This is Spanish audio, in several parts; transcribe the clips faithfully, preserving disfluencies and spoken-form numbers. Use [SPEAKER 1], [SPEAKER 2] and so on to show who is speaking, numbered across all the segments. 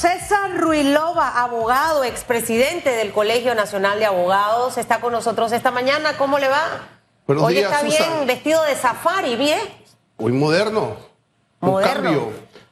[SPEAKER 1] César Ruilova, abogado, expresidente del Colegio Nacional de Abogados, está con nosotros esta mañana. ¿Cómo le va?
[SPEAKER 2] Buenos
[SPEAKER 1] Hoy
[SPEAKER 2] días,
[SPEAKER 1] está
[SPEAKER 2] Susan.
[SPEAKER 1] bien, vestido de safari, ¿bien?
[SPEAKER 2] Muy moderno.
[SPEAKER 1] Moderno.
[SPEAKER 2] Un cambio.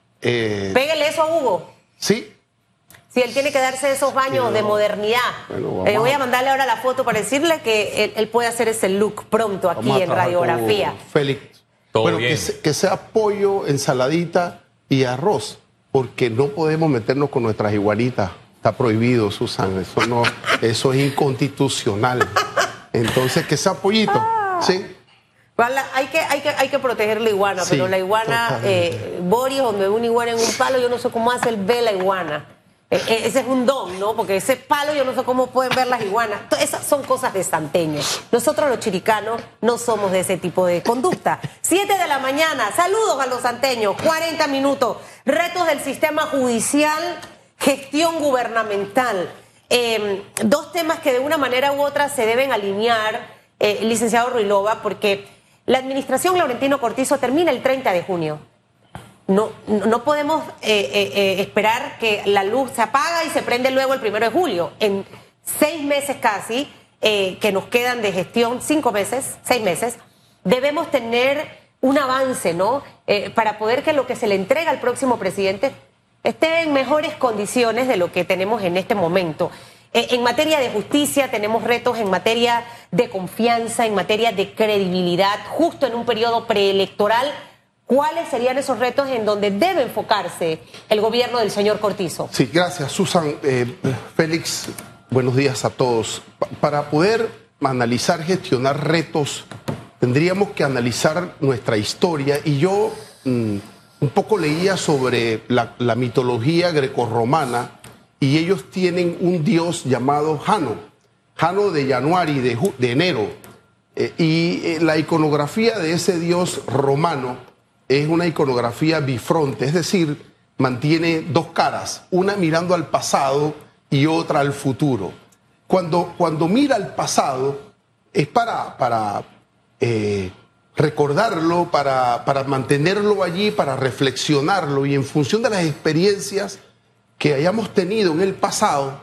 [SPEAKER 2] Eh,
[SPEAKER 1] Pégale eso a Hugo.
[SPEAKER 2] sí.
[SPEAKER 1] Si él tiene que darse esos baños
[SPEAKER 2] Sí,
[SPEAKER 1] de
[SPEAKER 2] no.
[SPEAKER 1] modernidad.
[SPEAKER 2] Bueno, vamos
[SPEAKER 1] Eh, voy a
[SPEAKER 2] a-
[SPEAKER 1] mandarle ahora la foto para decirle que él, él puede hacer ese look pronto aquí
[SPEAKER 2] Vamos a
[SPEAKER 1] en
[SPEAKER 2] trabajar con
[SPEAKER 1] Radiografía.
[SPEAKER 2] Félix.
[SPEAKER 3] Todo
[SPEAKER 2] bueno,
[SPEAKER 3] bien.
[SPEAKER 2] que, se- que sea pollo, ensaladita y arroz, porque no podemos meternos con nuestras iguanitas. Está prohibido, Susan. Eso no, eso es inconstitucional. Entonces, que sea pollito. Sí.
[SPEAKER 1] Vale, Hay que, hay, que, hay que proteger la iguana,
[SPEAKER 2] Sí,
[SPEAKER 1] pero la iguana,
[SPEAKER 2] totalmente.
[SPEAKER 1] eh, Boris, donde ve una iguana en un palo, yo no sé cómo hace el ve la iguana. Eh, eh, ese es un don, ¿no? Porque ese palo yo no sé cómo pueden ver las iguanas. To- Esas son cosas de santeños. Nosotros los chiricanos no somos de ese tipo de conducta. Siete de la mañana, saludos a los santeños, cuarenta minutos, retos del sistema judicial, gestión gubernamental. Eh, dos temas que de una manera u otra se deben alinear, eh, licenciado Ruilova, porque la administración Laurentino Cortizo termina el treinta de junio. No, no podemos eh, eh, eh, esperar que la luz se apaga y se prende luego el primero de julio. En seis meses casi, eh, que nos quedan de gestión, cinco meses, seis meses, debemos tener un avance, ¿no? Eh, para poder que lo que se le entrega al próximo presidente esté en mejores condiciones de lo que tenemos en este momento. Eh, en materia de justicia tenemos retos en materia de confianza, en materia de credibilidad, justo en un periodo preelectoral. ¿Cuáles serían esos retos en donde debe enfocarse el gobierno del señor Cortizo?
[SPEAKER 2] Sí, gracias, Susan. Eh, Félix, buenos días a todos. Pa- para poder analizar, gestionar retos, tendríamos que analizar nuestra historia. Y yo mm, un poco leía sobre la, la mitología grecorromana, y ellos tienen un dios llamado Jano, Jano de Januari, de, ju- de enero. Eh, y eh, la iconografía de ese dios romano es una iconografía bifronte, es decir, mantiene dos caras, una mirando al pasado y otra al futuro. Cuando, cuando mira al pasado es para, para eh, recordarlo, para, para mantenerlo allí, para reflexionarlo, y en función de las experiencias que hayamos tenido en el pasado,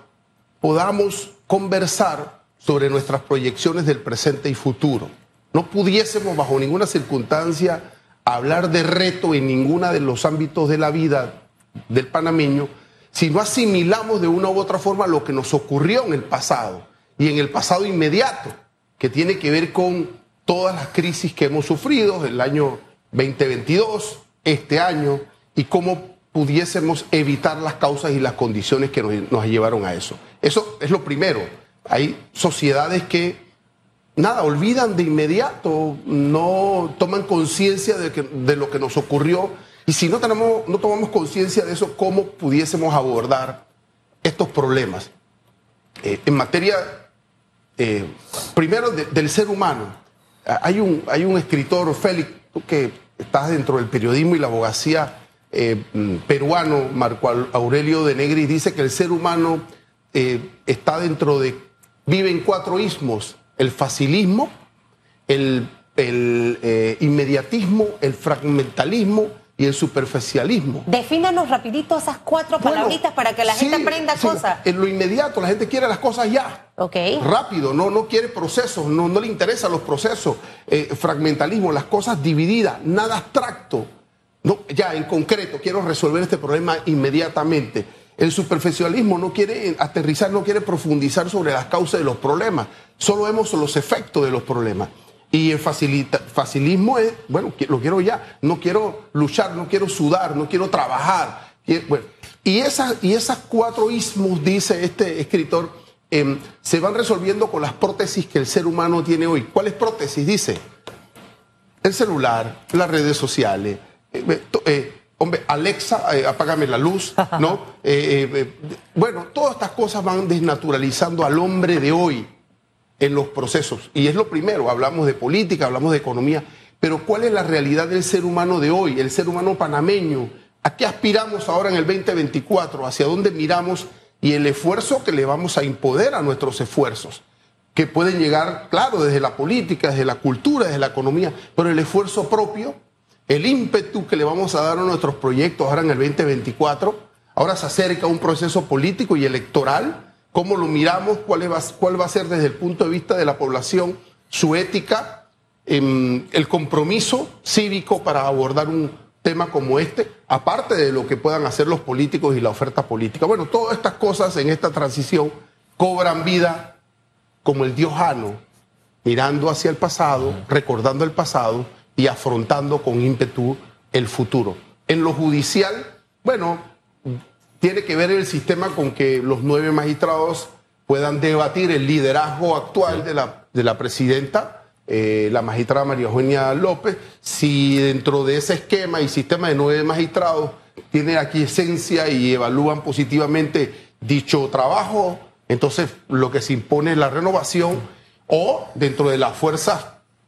[SPEAKER 2] podamos conversar sobre nuestras proyecciones del presente y futuro. No pudiésemos bajo ninguna circunstancia hablar de reto en ninguno de los ámbitos de la vida del panameño si no asimilamos de una u otra forma lo que nos ocurrió en el pasado y en el pasado inmediato, que tiene que ver con todas las crisis que hemos sufrido el año veinte veintidós, este año, y cómo pudiésemos evitar las causas y las condiciones que nos, nos llevaron a eso. Eso es lo primero. Hay sociedades que nada, olvidan de inmediato, no toman conciencia de, que- de lo que nos ocurrió, y si no, tenemos, no tomamos conciencia de eso, ¿cómo pudiésemos abordar estos problemas? Eh, en materia, eh, primero, de- del ser humano. Ah, Hay un, hay un escritor, Félix, tú que estás dentro del periodismo y la abogacía eh, mm, peruano, Marco Aurelio de Negri, dice que el ser humano eh, está dentro de, vive en cuatro ismos: el facilismo, el, el, eh, inmediatismo, el fragmentalismo y el superficialismo.
[SPEAKER 1] Defínanos rapidito esas cuatro
[SPEAKER 2] Bueno,
[SPEAKER 1] palabritas para que la gente
[SPEAKER 2] sí,
[SPEAKER 1] aprenda
[SPEAKER 2] sí,
[SPEAKER 1] cosas.
[SPEAKER 2] En lo inmediato, la gente quiere las cosas ya.
[SPEAKER 1] Ok.
[SPEAKER 2] Rápido, no, no quiere procesos, no, no le interesan los procesos. Eh, fragmentalismo, las cosas divididas, nada abstracto. No, ya, en concreto, quiero resolver este problema inmediatamente. El superficialismo no quiere aterrizar, no quiere profundizar sobre las causas de los problemas. Solo vemos los efectos de los problemas. Y el facilita, facilismo es, bueno, que- lo quiero ya, no quiero luchar, no quiero sudar, no quiero trabajar. Y, bueno, y, esas, y esas cuatro ismos, dice este escritor, em, se van resolviendo con las prótesis que el ser humano tiene hoy. ¿Cuáles prótesis? Dice, el celular, las redes sociales, eh, to- eh, hombre, Alexa, eh, apágame la luz, ¿no? Eh, eh, eh, bueno, todas estas cosas van desnaturalizando al hombre de hoy en los procesos. Y es lo primero, hablamos de política, hablamos de economía, pero ¿cuál es la realidad del ser humano de hoy, el ser humano panameño? ¿A qué aspiramos ahora en el veinte veinticuatro? ¿Hacia dónde miramos? Y el esfuerzo que le vamos a imponer a nuestros esfuerzos, que pueden llegar, claro, desde la política, desde la cultura, desde la economía, pero el esfuerzo propio, el ímpetu que le vamos a dar a nuestros proyectos ahora en el veinte veinticuatro. Ahora se acerca un proceso político y electoral. ¿Cómo lo miramos? ¿Cuál va, cuál va a ser desde el punto de vista de la población su ética, eh, el compromiso cívico para abordar un tema como este, aparte de lo que puedan hacer los políticos y la oferta política? Bueno, todas estas cosas en esta transición cobran vida como el dios Jano, mirando hacia el pasado, recordando el pasado y afrontando con ímpetu el futuro. En lo judicial, bueno, tiene que ver el sistema con que los nueve magistrados puedan debatir el liderazgo actual de la, de la presidenta, eh, la magistrada María Eugenia López, si dentro de ese esquema y sistema de nueve magistrados tiene aquiescencia y evalúan positivamente dicho trabajo, entonces lo que se impone es la renovación, o dentro de las fuerzas,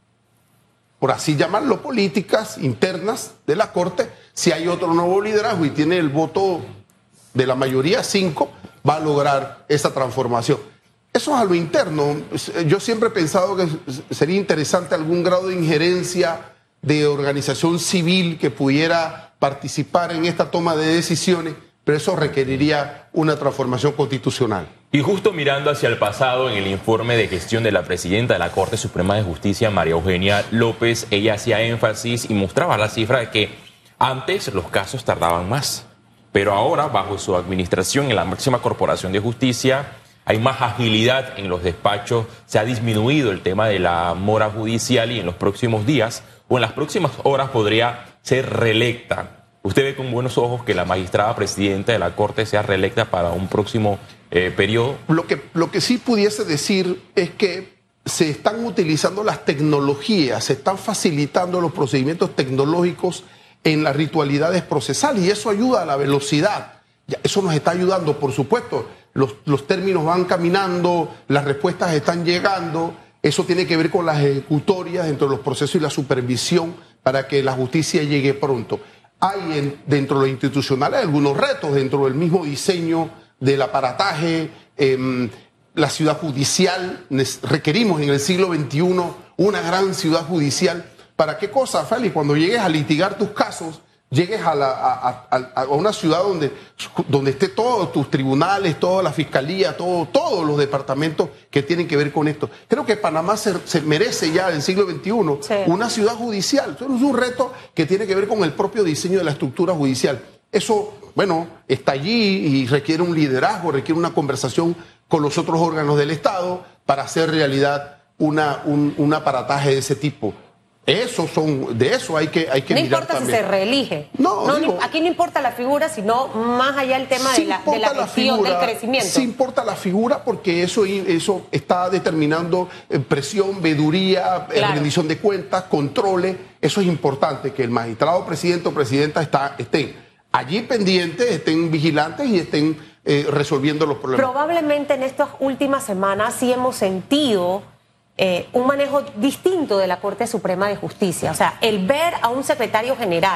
[SPEAKER 2] por así llamarlo, políticas internas de la Corte, si hay otro nuevo liderazgo y tiene el voto de la mayoría, cinco, va a lograr esa transformación. Eso es a lo interno. Yo siempre he pensado que sería interesante algún grado de injerencia de organización civil que pudiera participar en esta toma de decisiones, pero eso requeriría una transformación constitucional.
[SPEAKER 3] Y justo mirando hacia el pasado, en el informe de gestión de la presidenta de la Corte Suprema de Justicia, María Eugenia López, ella hacía énfasis y mostraba la cifra de que antes los casos tardaban más, pero ahora, bajo su administración en la máxima corporación de justicia, hay más agilidad en los despachos, se ha disminuido el tema de la mora judicial y en los próximos días o en las próximas horas podría ser reelecta. ¿Usted ve con buenos ojos que la magistrada presidenta de la Corte sea reelecta para un próximo eh, periodo?
[SPEAKER 2] Lo que, lo que sí pudiese decir es que se están utilizando las tecnologías, se están facilitando los procedimientos tecnológicos en las ritualidades procesales y eso ayuda a la velocidad. Ya, eso nos está ayudando, por supuesto. Los, los términos van caminando, las respuestas están llegando. Eso tiene que ver con las ejecutorias dentro de los procesos y la supervisión para que la justicia llegue pronto. Hay en, dentro de lo institucional hay algunos retos dentro del mismo diseño del aparataje, eh, la ciudad judicial. Requerimos en el siglo veintiuno una gran ciudad judicial. ¿Para qué cosa, Félix? Cuando llegues a litigar tus casos, llegues a, la, a, a, a una ciudad donde, donde esté todos tus tribunales, toda la fiscalía, todo, todos los departamentos que tienen que ver con esto. Creo que Panamá se, se merece ya en el siglo veintiuno sí. una ciudad judicial. Eso es un reto que tiene que ver con el propio diseño de la estructura judicial. Eso, bueno, está allí y requiere un liderazgo, requiere una conversación con los otros órganos del Estado para hacer realidad una, un, un aparataje de ese tipo. Eso son, de eso hay que, hay que
[SPEAKER 1] no
[SPEAKER 2] mirar
[SPEAKER 1] importa
[SPEAKER 2] también.
[SPEAKER 1] Si se reelige.
[SPEAKER 2] No,
[SPEAKER 1] no
[SPEAKER 2] digo,
[SPEAKER 1] aquí no importa la figura, sino más allá el tema
[SPEAKER 2] sí
[SPEAKER 1] de, la, de la gestión,
[SPEAKER 2] figura,
[SPEAKER 1] del crecimiento.
[SPEAKER 2] Sí importa la figura porque eso, eso está determinando presión, veeduría, claro. rendición de cuentas, controles. Eso es importante, que el magistrado presidente o presidenta está, estén allí pendientes, estén vigilantes y estén eh, resolviendo los problemas.
[SPEAKER 1] Probablemente en estas últimas semanas sí hemos sentido Eh, un manejo distinto de la Corte Suprema de Justicia. O sea, el ver a un secretario general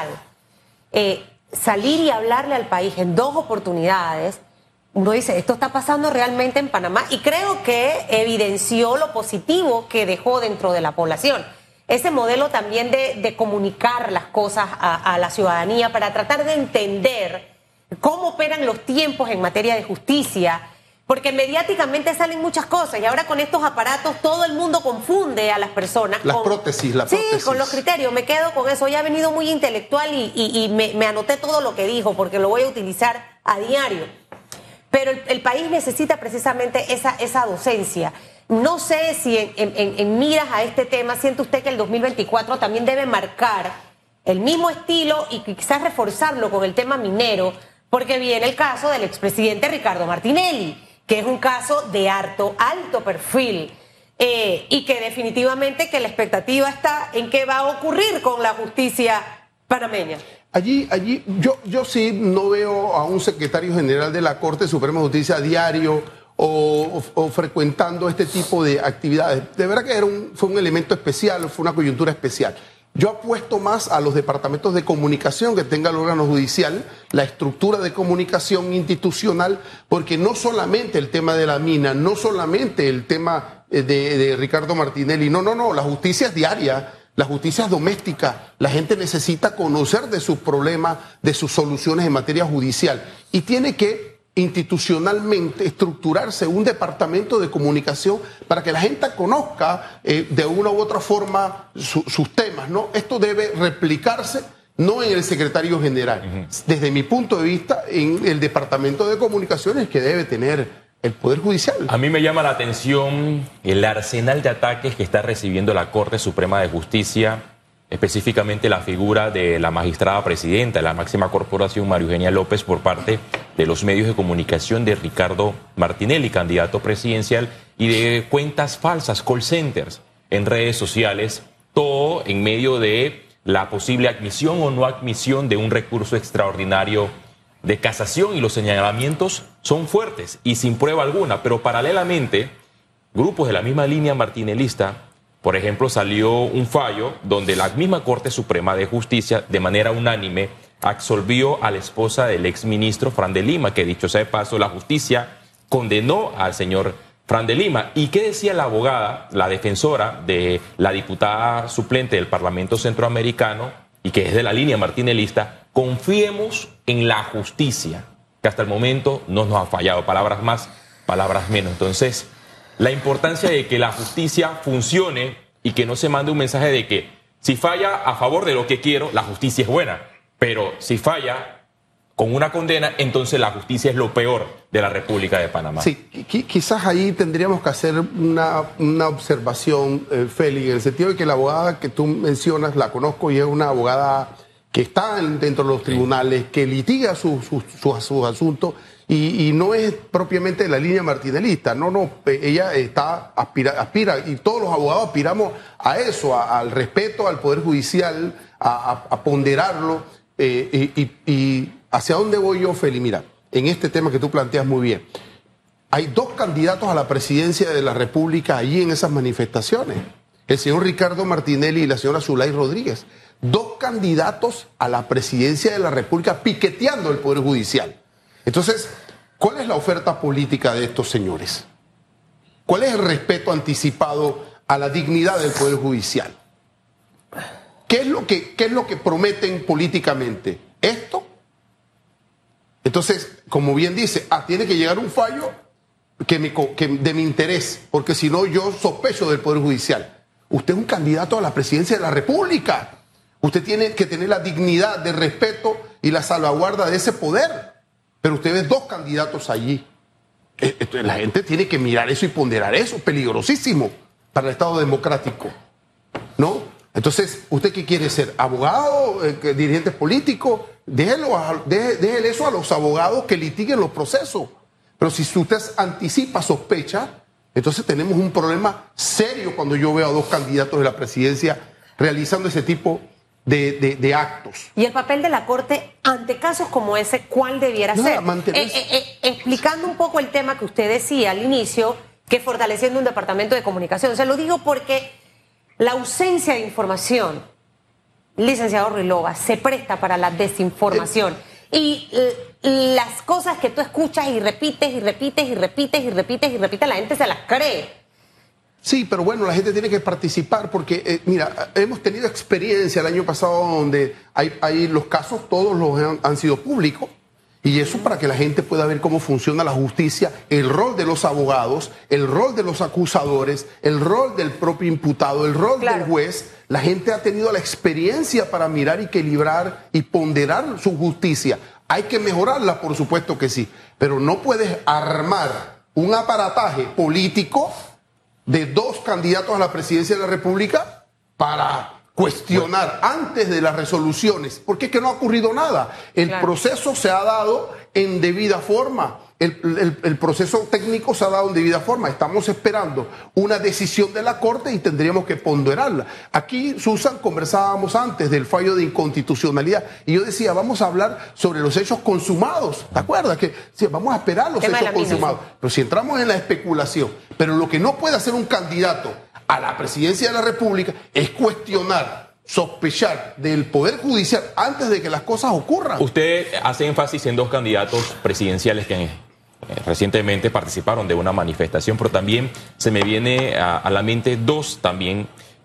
[SPEAKER 1] eh, salir y hablarle al país en dos oportunidades, uno dice, esto está pasando realmente en Panamá, y creo que evidenció lo positivo que dejó dentro de la población. Ese modelo también de, de comunicar las cosas a, a la ciudadanía para tratar de entender cómo operan los tiempos en materia de justicia. Porque mediáticamente salen muchas cosas y ahora con estos aparatos todo el mundo confunde a las personas.
[SPEAKER 2] Las
[SPEAKER 1] con,
[SPEAKER 2] prótesis, la prótesis.
[SPEAKER 1] Sí, con los criterios. Me quedo con eso. Ya ha venido muy intelectual y, y, y me, me anoté todo lo que dijo porque lo voy a utilizar a diario. Pero el, el país necesita precisamente esa, esa docencia. No sé si en, en, en miras a este tema, siente usted que el dos mil veinticuatro también debe marcar el mismo estilo y quizás reforzarlo con el tema minero, porque viene el caso del expresidente Ricardo Martinelli, que es un caso de alto, alto perfil, eh, y que definitivamente que la expectativa está en qué va a ocurrir con la justicia panameña.
[SPEAKER 2] Allí, allí yo, yo sí no veo a un secretario general de la Corte Suprema de Justicia a diario o, o, o frecuentando este tipo de actividades. De verdad que era un, fue un elemento especial, fue una coyuntura especial. Yo apuesto más a los departamentos de comunicación que tenga el órgano judicial, la estructura de comunicación institucional, porque no solamente el tema de la mina, no solamente el tema de, de Ricardo Martinelli, no, no, no, la justicia es diaria. La justicia es doméstica, la gente necesita conocer de sus problemas, de sus soluciones en materia judicial y tiene que institucionalmente estructurarse un departamento de comunicación para que la gente conozca eh, de una u otra forma su, sus temas, ¿no? Esto debe replicarse no en el secretario general, uh-huh. desde mi punto de vista en el departamento de comunicaciones que debe tener el Poder Judicial.
[SPEAKER 3] A mí me llama la atención el arsenal de ataques que está recibiendo la Corte Suprema de Justicia, específicamente la figura de la magistrada presidenta de la máxima corporación, María Eugenia López, por parte de los medios de comunicación de Ricardo Martinelli, candidato presidencial, y de cuentas falsas, call centers, en redes sociales, todo en medio de la posible admisión o no admisión de un recurso extraordinario de casación, y los señalamientos son fuertes y sin prueba alguna, pero paralelamente grupos de la misma línea martinelista, por ejemplo, salió un fallo donde la misma Corte Suprema de Justicia de manera unánime absolvió a la esposa del exministro Fran de Lima, que dicho sea de paso, la justicia condenó al señor Fran de Lima. ¿Y qué decía la abogada, la defensora de la diputada suplente del Parlamento Centroamericano y que es de la línea martinelista? Confiemos en la justicia, que hasta el momento no nos ha fallado. Palabras más, palabras menos. Entonces, la importancia de que la justicia funcione y que no se mande un mensaje de que si falla a favor de lo que quiero, la justicia es buena. Pero si falla con una condena, entonces la justicia es lo peor de la República de Panamá.
[SPEAKER 2] Sí, quizás ahí tendríamos que hacer una, una observación, eh, Félix, en el sentido de que la abogada que tú mencionas, la conozco y es una abogada que está dentro de los tribunales, que litiga sus su, su, su asuntos y, y no es propiamente de la línea martinelista, no, no, ella está aspira, aspira y todos los abogados aspiramos a eso, a, al respeto al Poder Judicial, a, a, a ponderarlo eh, y, y, y hacia dónde voy yo, Feli. Mira, en este tema que tú planteas muy bien, hay dos candidatos a la presidencia de la República allí en esas manifestaciones, el señor Ricardo Martinelli y la señora Zulay Rodríguez. Dos candidatos a la presidencia de la República piqueteando el Poder Judicial. Entonces, ¿cuál es la oferta política de estos señores? ¿Cuál es el respeto anticipado a la dignidad del Poder Judicial? ¿Qué es lo que, qué es lo que prometen políticamente? ¿Esto? Entonces, como bien dice, ah, tiene que llegar un fallo que me, que de mi interés, porque si no yo sospecho del Poder Judicial. Usted es un candidato a la presidencia de la República. Usted tiene que tener la dignidad de respeto y la salvaguarda de ese poder. Pero usted ve dos candidatos allí. Entonces, la gente tiene que mirar eso y ponderar eso. Peligrosísimo para el Estado democrático, ¿no? Entonces, ¿usted qué quiere ser? ¿Abogado? Eh, ¿Dirigente político? Déjelo a, déjele, déjele eso a los abogados que litiguen los procesos. Pero si usted anticipa, sospecha, entonces tenemos un problema serio cuando yo veo a dos candidatos de la presidencia realizando ese tipo de, de, de actos.
[SPEAKER 1] Y el papel de la Corte ante casos como ese, ¿cuál debiera
[SPEAKER 2] no,
[SPEAKER 1] ser?
[SPEAKER 2] Mantener...
[SPEAKER 1] Eh, eh, eh, explicando un poco el tema que usted decía al inicio, que fortaleciendo un departamento de comunicación. Se lo digo porque la ausencia de información, licenciado Ruilova, se presta para la desinformación. Eh... Y eh, las cosas que tú escuchas y repites y repites y repites y repites y repites, la gente se las cree.
[SPEAKER 2] Sí, pero bueno, la gente tiene que participar porque, eh, mira, hemos tenido experiencia el año pasado donde hay, hay los casos, todos los han, han sido públicos, y eso para que la gente pueda ver cómo funciona la justicia, el rol de los abogados, el rol de los acusadores, el rol del propio imputado, el rol claro. del juez. La gente ha tenido la experiencia para mirar y equilibrar y ponderar su justicia. Hay que mejorarla, por supuesto que sí, pero no puedes armar un aparataje político de dos candidatos a la presidencia de la República para cuestionar bueno. antes de las resoluciones, porque es que no ha ocurrido nada. El claro. proceso se ha dado en debida forma. El, el, el proceso técnico se ha dado en debida forma. Estamos esperando una decisión de la Corte y tendríamos que ponderarla. Aquí, Susan, conversábamos antes del fallo de inconstitucionalidad y yo decía, vamos a hablar sobre los hechos consumados. ¿Te acuerdas? Que sí, vamos a esperar los hechos consumados. Pero si entramos en la especulación, pero lo que no puede hacer un candidato a la presidencia de la República es cuestionar, sospechar del Poder Judicial antes de que las cosas ocurran.
[SPEAKER 3] Usted hace énfasis en dos candidatos presidenciales que han Eh, recientemente participaron de una manifestación, pero también se me viene a, a la mente dos también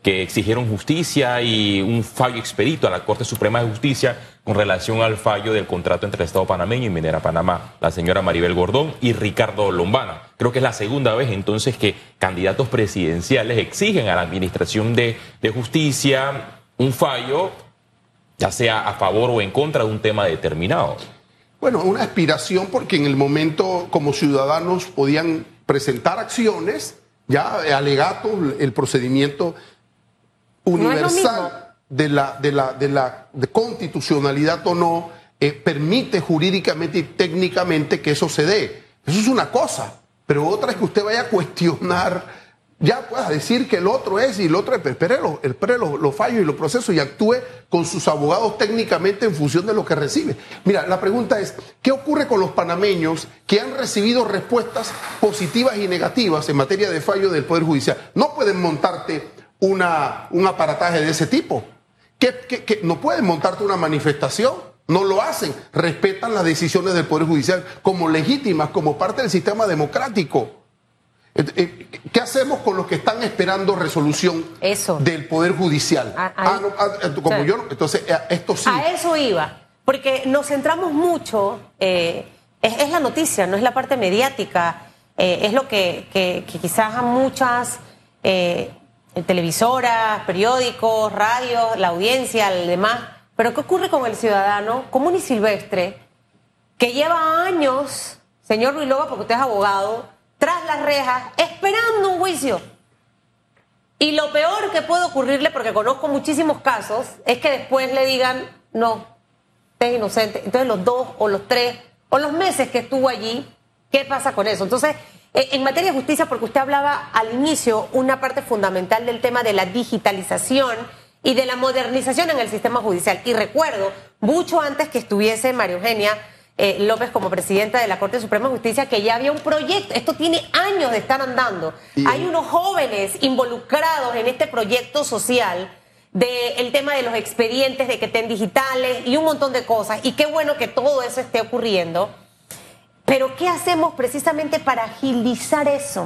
[SPEAKER 3] que exigieron justicia y un fallo expedito a la Corte Suprema de Justicia con relación al fallo del contrato entre el Estado panameño y Minera Panamá, la señora Maribel Gordón y Ricardo Lombana. Creo que es la segunda vez entonces que candidatos presidenciales exigen a la Administración de, de Justicia un fallo, ya sea a favor o en contra de un tema determinado.
[SPEAKER 2] Bueno, una aspiración porque en el momento como ciudadanos podían presentar acciones, ya alegatos, el procedimiento universal
[SPEAKER 1] no
[SPEAKER 2] de la, de la, de la de constitucionalidad o no, eh, permite jurídicamente y técnicamente que eso se dé. Eso es una cosa, pero otra es que usted vaya a cuestionar, ya pueda decir que el otro es y el otro es, espere los, espere los, los fallos y los procesos y actúe con sus abogados técnicamente en función de lo que recibe. Mira, la pregunta es, ¿qué ocurre con los panameños que han recibido respuestas positivas y negativas en materia de fallo del Poder Judicial? No pueden montarte una, un aparataje de ese tipo. ¿Qué, qué, qué? No pueden montarte una manifestación. No lo hacen. Respetan las decisiones del Poder Judicial como legítimas, como parte del sistema democrático. ¿Qué hacemos con los que están esperando resolución
[SPEAKER 1] eso.
[SPEAKER 2] del Poder Judicial?
[SPEAKER 1] A,
[SPEAKER 2] ah, no, ah, como sí. yo no. Entonces, esto sí.
[SPEAKER 1] A eso iba. Porque nos centramos mucho, eh, es, es la noticia, no es la parte mediática, eh, es lo que, que, que quizás a muchas eh, televisoras, periódicos, radios, la audiencia, el demás. Pero ¿qué ocurre con el ciudadano común y silvestre que lleva años, señor Ruiloba, porque usted es abogado, tras las rejas, esperando un juicio? Y lo peor que puede ocurrirle, porque conozco muchísimos casos, es que después le digan, no, usted es inocente. Entonces los dos o los tres o los meses que estuvo allí, ¿qué pasa con eso? Entonces, en materia de justicia, porque usted hablaba al inicio una parte fundamental del tema de la digitalización y de la modernización en el sistema judicial. Y recuerdo, mucho antes que estuviese María Eugenia Eh, López como presidenta de la Corte Suprema de Justicia, que ya había un proyecto, esto tiene años de estar andando, y hay unos jóvenes involucrados en este proyecto social del tema de los expedientes, de que estén digitales y un montón de cosas, y qué bueno que todo eso esté ocurriendo, pero ¿qué hacemos precisamente para agilizar eso?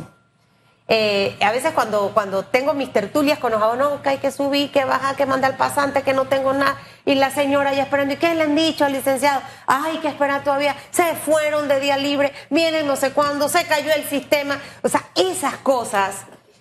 [SPEAKER 1] Eh, a veces cuando, cuando tengo mis tertulias con los abogados, no, que hay que subir, que bajar, que mandar al pasante, que no tengo nada, y la señora ya esperando, ¿y qué le han dicho al licenciado? Ay, que esperar todavía, se fueron de día libre, vienen no sé cuándo, se cayó el sistema. O sea, esas cosas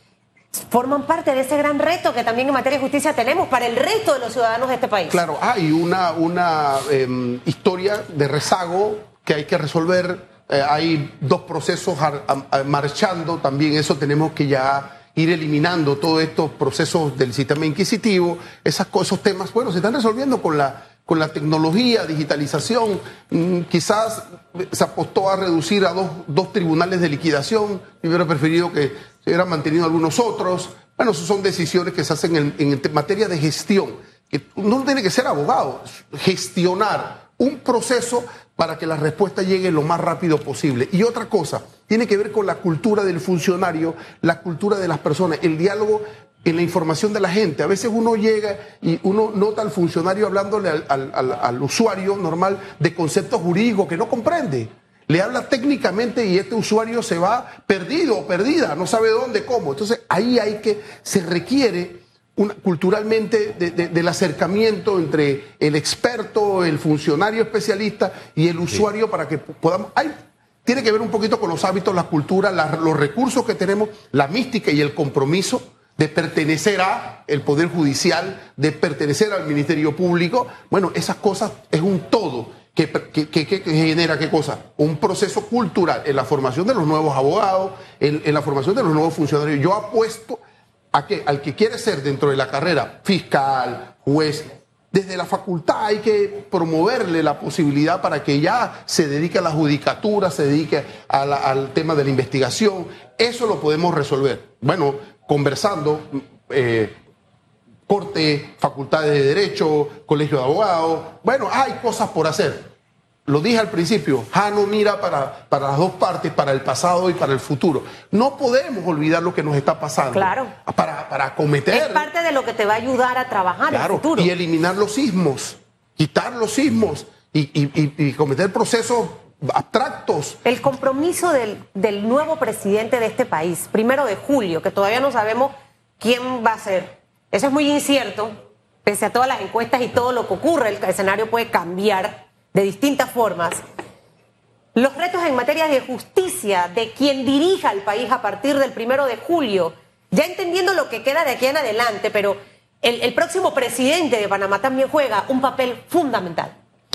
[SPEAKER 1] forman parte de ese gran reto que también en materia de justicia tenemos para el resto de los ciudadanos de este país.
[SPEAKER 2] Claro, hay una, una eh, historia de rezago que hay que resolver. Eh, hay dos procesos a, a, a, marchando, también eso tenemos que ya ir eliminando todos estos procesos del sistema inquisitivo, esas, esos temas, bueno, se están resolviendo con la, con la tecnología, digitalización, mm, quizás se apostó a reducir a dos, dos tribunales de liquidación, yo hubiera preferido que se hubieran mantenido algunos otros, bueno, esas son decisiones que se hacen en, en materia de gestión, que no tiene que ser abogado, gestionar un proceso para que la respuesta llegue lo más rápido posible. Y otra cosa, tiene que ver con la cultura del funcionario, la cultura de las personas, el diálogo en la información de la gente. A veces uno llega y uno nota al funcionario hablándole al, al, al, al usuario normal de conceptos jurídicos que no comprende. Le habla técnicamente y este usuario se va perdido o perdida, no sabe dónde, cómo. Entonces ahí hay que, se requiere Una, culturalmente de, de, del acercamiento entre el experto, el funcionario especialista y el usuario, sí, para que podamos... Hay, tiene que ver un poquito con los hábitos, la cultura, la, los recursos que tenemos, la mística y el compromiso de pertenecer a el Poder Judicial, de pertenecer al Ministerio Público. Bueno, esas cosas es un todo que, que, que, que genera, ¿qué cosa? Un proceso cultural en la formación de los nuevos abogados, en, en la formación de los nuevos funcionarios. Yo apuesto a que al que quiere ser dentro de la carrera fiscal, juez, desde la facultad hay que promoverle la posibilidad para que ya se dedique a la judicatura, se dedique a la, al tema de la investigación. Eso lo podemos resolver. Bueno, conversando, eh, corte, facultades de Derecho, colegio de abogados. Bueno, hay cosas por hacer. Lo dije al principio, Jano mira para, para las dos partes, para el pasado y para el futuro. No podemos olvidar lo que nos está pasando.
[SPEAKER 1] Claro.
[SPEAKER 2] Para, para acometer.
[SPEAKER 1] Es parte de lo que te va a ayudar a trabajar en
[SPEAKER 2] claro,
[SPEAKER 1] el futuro.
[SPEAKER 2] Y eliminar los sismos, quitar los sismos y, y, y, y cometer procesos abstractos.
[SPEAKER 1] El compromiso del, del nuevo presidente de este país, primero de julio, que todavía no sabemos quién va a ser, Eso es muy incierto, pese a todas las encuestas y todo lo que ocurre, el escenario puede cambiar de distintas formas. Los retos en materia de justicia de quien dirija el país a partir del primero de julio, ya entendiendo lo que queda de aquí en adelante, pero el, el próximo presidente de Panamá también juega un papel fundamental.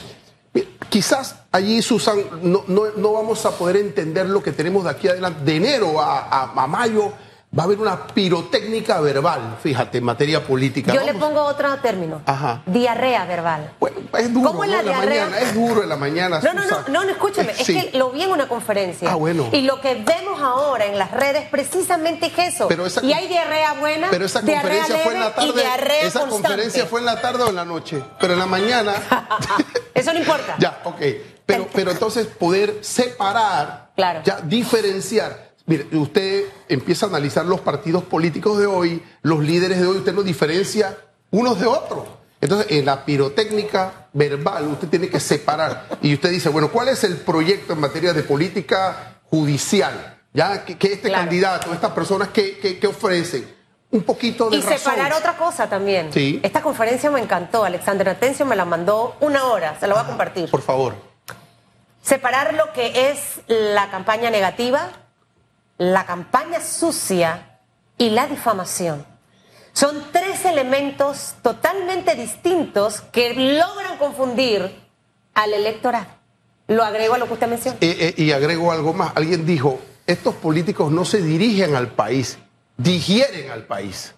[SPEAKER 2] Quizás allí, Susan, no, no, no vamos a poder entender lo que tenemos de aquí adelante. De enero a, a, a mayo va a haber una pirotécnica verbal, fíjate, en materia política.
[SPEAKER 1] Yo
[SPEAKER 2] Vamos.
[SPEAKER 1] le pongo otro término.
[SPEAKER 2] Ajá.
[SPEAKER 1] Diarrea verbal.
[SPEAKER 2] Bueno, es duro,
[SPEAKER 1] ¿Cómo es
[SPEAKER 2] ¿no?
[SPEAKER 1] la
[SPEAKER 2] En la
[SPEAKER 1] diarrea?
[SPEAKER 2] mañana, es duro en la mañana.
[SPEAKER 1] No, no, no,
[SPEAKER 2] Susan.
[SPEAKER 1] no, no, escúchame, es
[SPEAKER 2] Sí.
[SPEAKER 1] que lo vi en una conferencia.
[SPEAKER 2] Ah, bueno.
[SPEAKER 1] Y lo que vemos ahora en las redes precisamente es eso.
[SPEAKER 2] Pero esa-
[SPEAKER 1] y hay diarrea buena,
[SPEAKER 2] Pero esa
[SPEAKER 1] diarrea
[SPEAKER 2] conferencia fue en la
[SPEAKER 1] leve y
[SPEAKER 2] tarde.
[SPEAKER 1] diarrea
[SPEAKER 2] Esa
[SPEAKER 1] constante.
[SPEAKER 2] conferencia fue en la tarde o en la noche. Pero en la mañana.
[SPEAKER 1] Eso no importa.
[SPEAKER 2] Ya, ok. Pero, pero entonces poder separar,
[SPEAKER 1] Claro.
[SPEAKER 2] ya diferenciar. Mire, usted empieza a analizar los partidos políticos de hoy, los líderes de hoy, usted los diferencia unos de otros. Entonces, en la pirotécnica verbal, usted tiene que separar. Y usted dice, bueno, ¿cuál es el proyecto en materia de política judicial? ¿Ya? ¿Qué, qué este
[SPEAKER 1] Claro.
[SPEAKER 2] candidato, estas personas, qué, qué, qué ofrecen? Un poquito de
[SPEAKER 1] Y
[SPEAKER 2] razón.
[SPEAKER 1] separar otra cosa también.
[SPEAKER 2] Sí.
[SPEAKER 1] Esta conferencia me encantó. Alexander Atencio me la mandó una hora. Se la voy a compartir.
[SPEAKER 2] Por favor.
[SPEAKER 1] Separar lo que es la campaña negativa, la campaña sucia y la difamación. Son tres elementos totalmente distintos que logran confundir al electorado. Lo agrego a lo que usted menciona.
[SPEAKER 2] Eh, eh, y agrego algo más. Alguien dijo, estos políticos no se dirigen al país, digieren al país.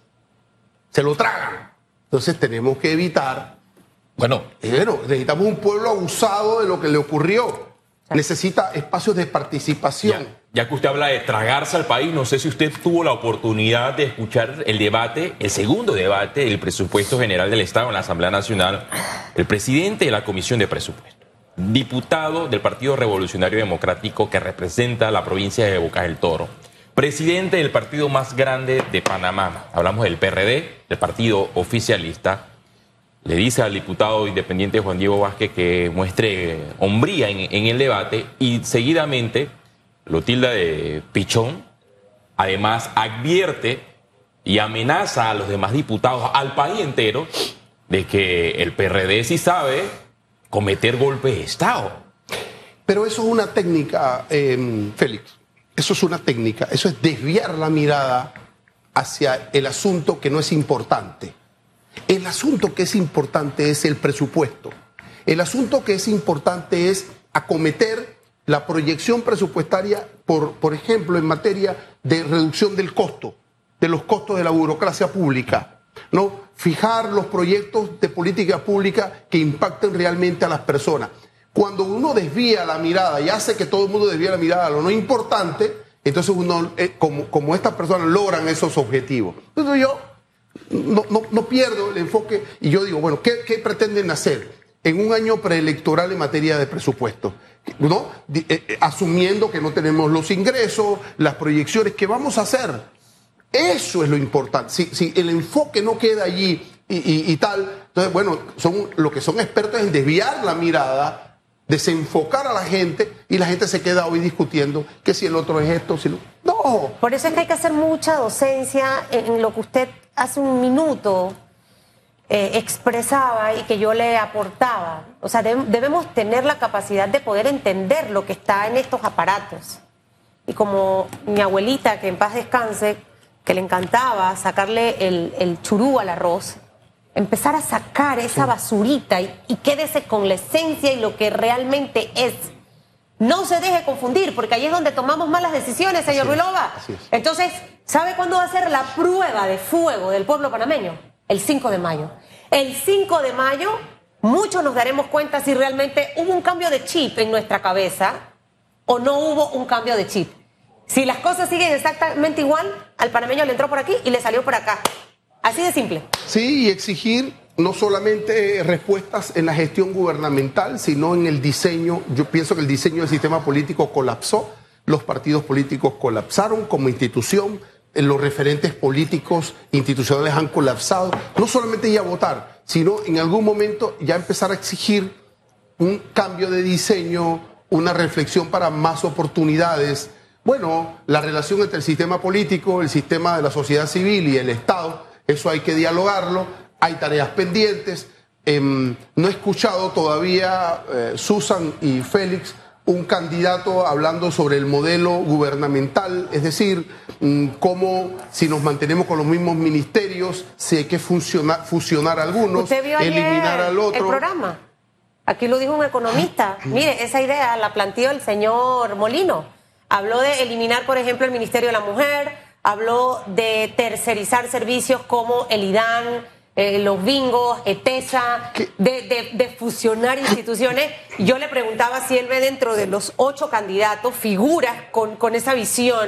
[SPEAKER 2] Se lo tragan. Entonces tenemos que evitar.
[SPEAKER 3] Bueno,
[SPEAKER 2] eh, bueno, necesitamos un pueblo abusado de lo que le ocurrió. Necesita espacios de participación.
[SPEAKER 3] ya, ya que usted habla de tragarse al país, no sé si usted tuvo la oportunidad de escuchar el debate, el segundo debate del presupuesto general del Estado en la Asamblea Nacional, el presidente de la Comisión de Presupuesto, diputado del Partido Revolucionario Democrático que representa la provincia de Bocas del Toro, presidente del partido más grande de Panamá, hablamos del P R D, del partido oficialista, le dice al diputado independiente Juan Diego Vázquez que muestre hombría en, en el debate y seguidamente lo tilda de pichón. Además advierte y amenaza a los demás diputados, al país entero, de que el P R D sí sabe cometer golpes de Estado.
[SPEAKER 2] Pero eso es una técnica, eh, Félix. Eso es una técnica. Eso es desviar la mirada hacia el asunto que no es importante. El asunto que es importante es el presupuesto. El asunto que es importante es acometer la proyección presupuestaria, por, por ejemplo, en materia de reducción del costo, de los costos de la burocracia pública, ¿no? Fijar los proyectos de política pública que impacten realmente a las personas. Cuando uno desvía la mirada y hace que todo el mundo desvíe la mirada a lo no importante, entonces uno, eh, como, como estas personas logran esos objetivos. Entonces yo no, no, no pierdo el enfoque y yo digo, bueno, ¿qué, qué pretenden hacer en un año preelectoral en materia de presupuesto? ¿No? Eh, eh, asumiendo que no tenemos los ingresos, las proyecciones, ¿qué vamos a hacer? Eso es lo importante. Si, si el enfoque no queda allí y, y, y tal, entonces, bueno, son, lo que son expertos en desviar la mirada, desenfocar a la gente y la gente se queda hoy discutiendo que si el otro es esto, si lo... No.
[SPEAKER 1] Por eso es que hay que hacer mucha docencia en lo que usted hace un minuto eh, expresaba y que yo le aportaba. O sea, de, debemos tener la capacidad de poder entender lo que está en estos aparatos. Y como mi abuelita, que en paz descanse, que le encantaba sacarle el, el churú al arroz, empezar a sacar esa basurita y, y quédese con la esencia y lo que realmente es. No se deje confundir, porque ahí es donde tomamos malas decisiones, señor Ruilova. Entonces, ¿sabe cuándo va a ser la prueba de fuego del pueblo panameño? El cinco de mayo. El cinco de mayo, muchos nos daremos cuenta si realmente hubo un cambio de chip en nuestra cabeza o no hubo un cambio de chip. Si las cosas siguen exactamente igual, al panameño le entró por aquí y le salió por acá. Así de simple.
[SPEAKER 2] Sí, y exigir no solamente respuestas en la gestión gubernamental, sino en el diseño. Yo pienso que el diseño del sistema político colapsó, los partidos políticos colapsaron como institución, los referentes políticos institucionales han colapsado. No solamente ya votar, sino en algún momento ya empezar a exigir un cambio de diseño, una reflexión para más oportunidades. Bueno, la relación entre el sistema político, el sistema de la sociedad civil y el Estado eso hay que dialogarlo, hay tareas pendientes. Eh, no he escuchado todavía, eh, Susan y Félix, un candidato hablando sobre el modelo gubernamental, es decir, cómo si nos mantenemos con los mismos ministerios, si hay que fusionar, fusionar algunos,
[SPEAKER 1] ¿Usted vio ayer
[SPEAKER 2] eliminar al otro.
[SPEAKER 1] el programa? Aquí lo dijo un economista. Mire, esa idea la planteó el señor Molino. Habló de eliminar, por ejemplo, el Ministerio de la Mujer, habló de tercerizar servicios como el IDAN, Eh, los bingos, ETESA, de, de, de fusionar instituciones. Yo le preguntaba si él ve dentro de los ocho candidatos figuras con, con esa visión.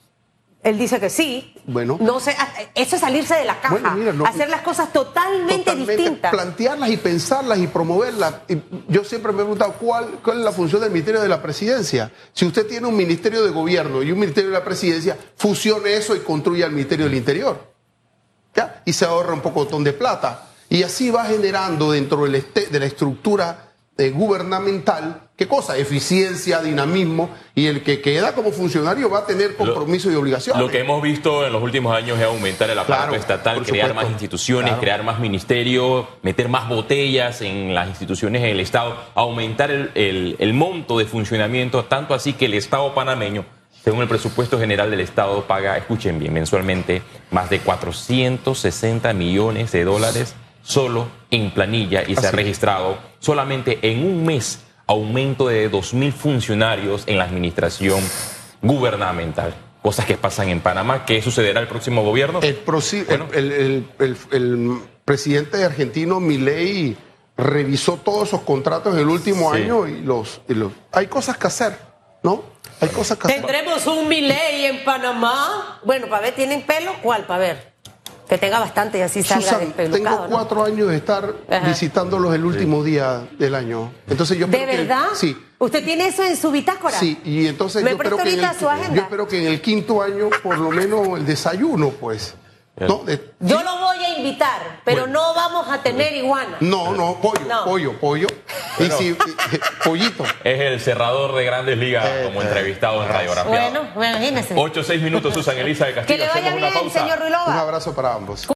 [SPEAKER 1] Él dice que sí.
[SPEAKER 2] Bueno.
[SPEAKER 1] No sé, eso es salirse de la caja,
[SPEAKER 2] bueno, mira, no,
[SPEAKER 1] hacer las cosas totalmente,
[SPEAKER 2] totalmente
[SPEAKER 1] distintas.
[SPEAKER 2] Plantearlas y pensarlas y promoverlas. Y yo siempre me he preguntado cuál, cuál es la función del Ministerio de la Presidencia. Si usted tiene un Ministerio de Gobierno y un Ministerio de la Presidencia, fusione eso y construya el Ministerio del Interior. ¿Ya? Y se ahorra un pocotón de plata. Y así va generando dentro del este, de la estructura eh, gubernamental, ¿qué cosa? Eficiencia, dinamismo, y el que queda como funcionario va a tener compromiso
[SPEAKER 3] lo,
[SPEAKER 2] y obligaciones.
[SPEAKER 3] Lo que hemos visto en los últimos años es aumentar el aparato
[SPEAKER 2] claro,
[SPEAKER 3] estatal, crear más instituciones, claro. crear más ministerios, meter más botellas en las instituciones del Estado, aumentar el, el, el monto de funcionamiento, tanto así que el Estado panameño, según el presupuesto general del Estado, paga, escuchen bien, mensualmente más de cuatrocientos sesenta millones de dólares solo en planilla y Así. se ha registrado solamente en un mes aumento de dos mil funcionarios en la administración gubernamental. Cosas que pasan en Panamá. ¿Qué sucederá el próximo gobierno?
[SPEAKER 2] El, bueno. el, el, el, el, el presidente argentino Milei revisó todos esos contratos en el último sí. año y los, y los... Hay cosas que hacer, ¿no? Hay cosas que
[SPEAKER 1] ¿Tendremos un Milei en Panamá? Bueno, para ver, ¿tienen pelo? ¿Cuál? Para ver. Que tenga bastante y así salga
[SPEAKER 2] Susan,
[SPEAKER 1] despelucado.
[SPEAKER 2] Tengo cuatro ¿no? años de estar Ajá. visitándolos el último sí. día del año. Entonces yo
[SPEAKER 1] ¿De verdad?
[SPEAKER 2] Que, sí.
[SPEAKER 1] ¿Usted tiene eso en su bitácora?
[SPEAKER 2] Sí, y entonces
[SPEAKER 1] ¿Me
[SPEAKER 2] yo espero, que en el,
[SPEAKER 1] su agenda?
[SPEAKER 2] yo espero que en el quinto año por lo menos el desayuno, pues. ¿no? De,
[SPEAKER 1] yo
[SPEAKER 2] sí.
[SPEAKER 1] lo voy a invitar, pero bueno. no vamos a tener iguana.
[SPEAKER 2] No, no, pollo, no. pollo, pollo. Bueno, y si, y, pollito.
[SPEAKER 3] Es el cerrador de Grandes Ligas eh, como entrevistado eh, en Radiografía.
[SPEAKER 1] Bueno, imagínese.
[SPEAKER 3] Ocho, seis minutos, Susan Elisa de Castillo.
[SPEAKER 1] Que le vaya
[SPEAKER 3] Hacemos
[SPEAKER 1] bien,
[SPEAKER 3] una pausa.
[SPEAKER 1] señor Ruilova.
[SPEAKER 2] Un abrazo para ambos.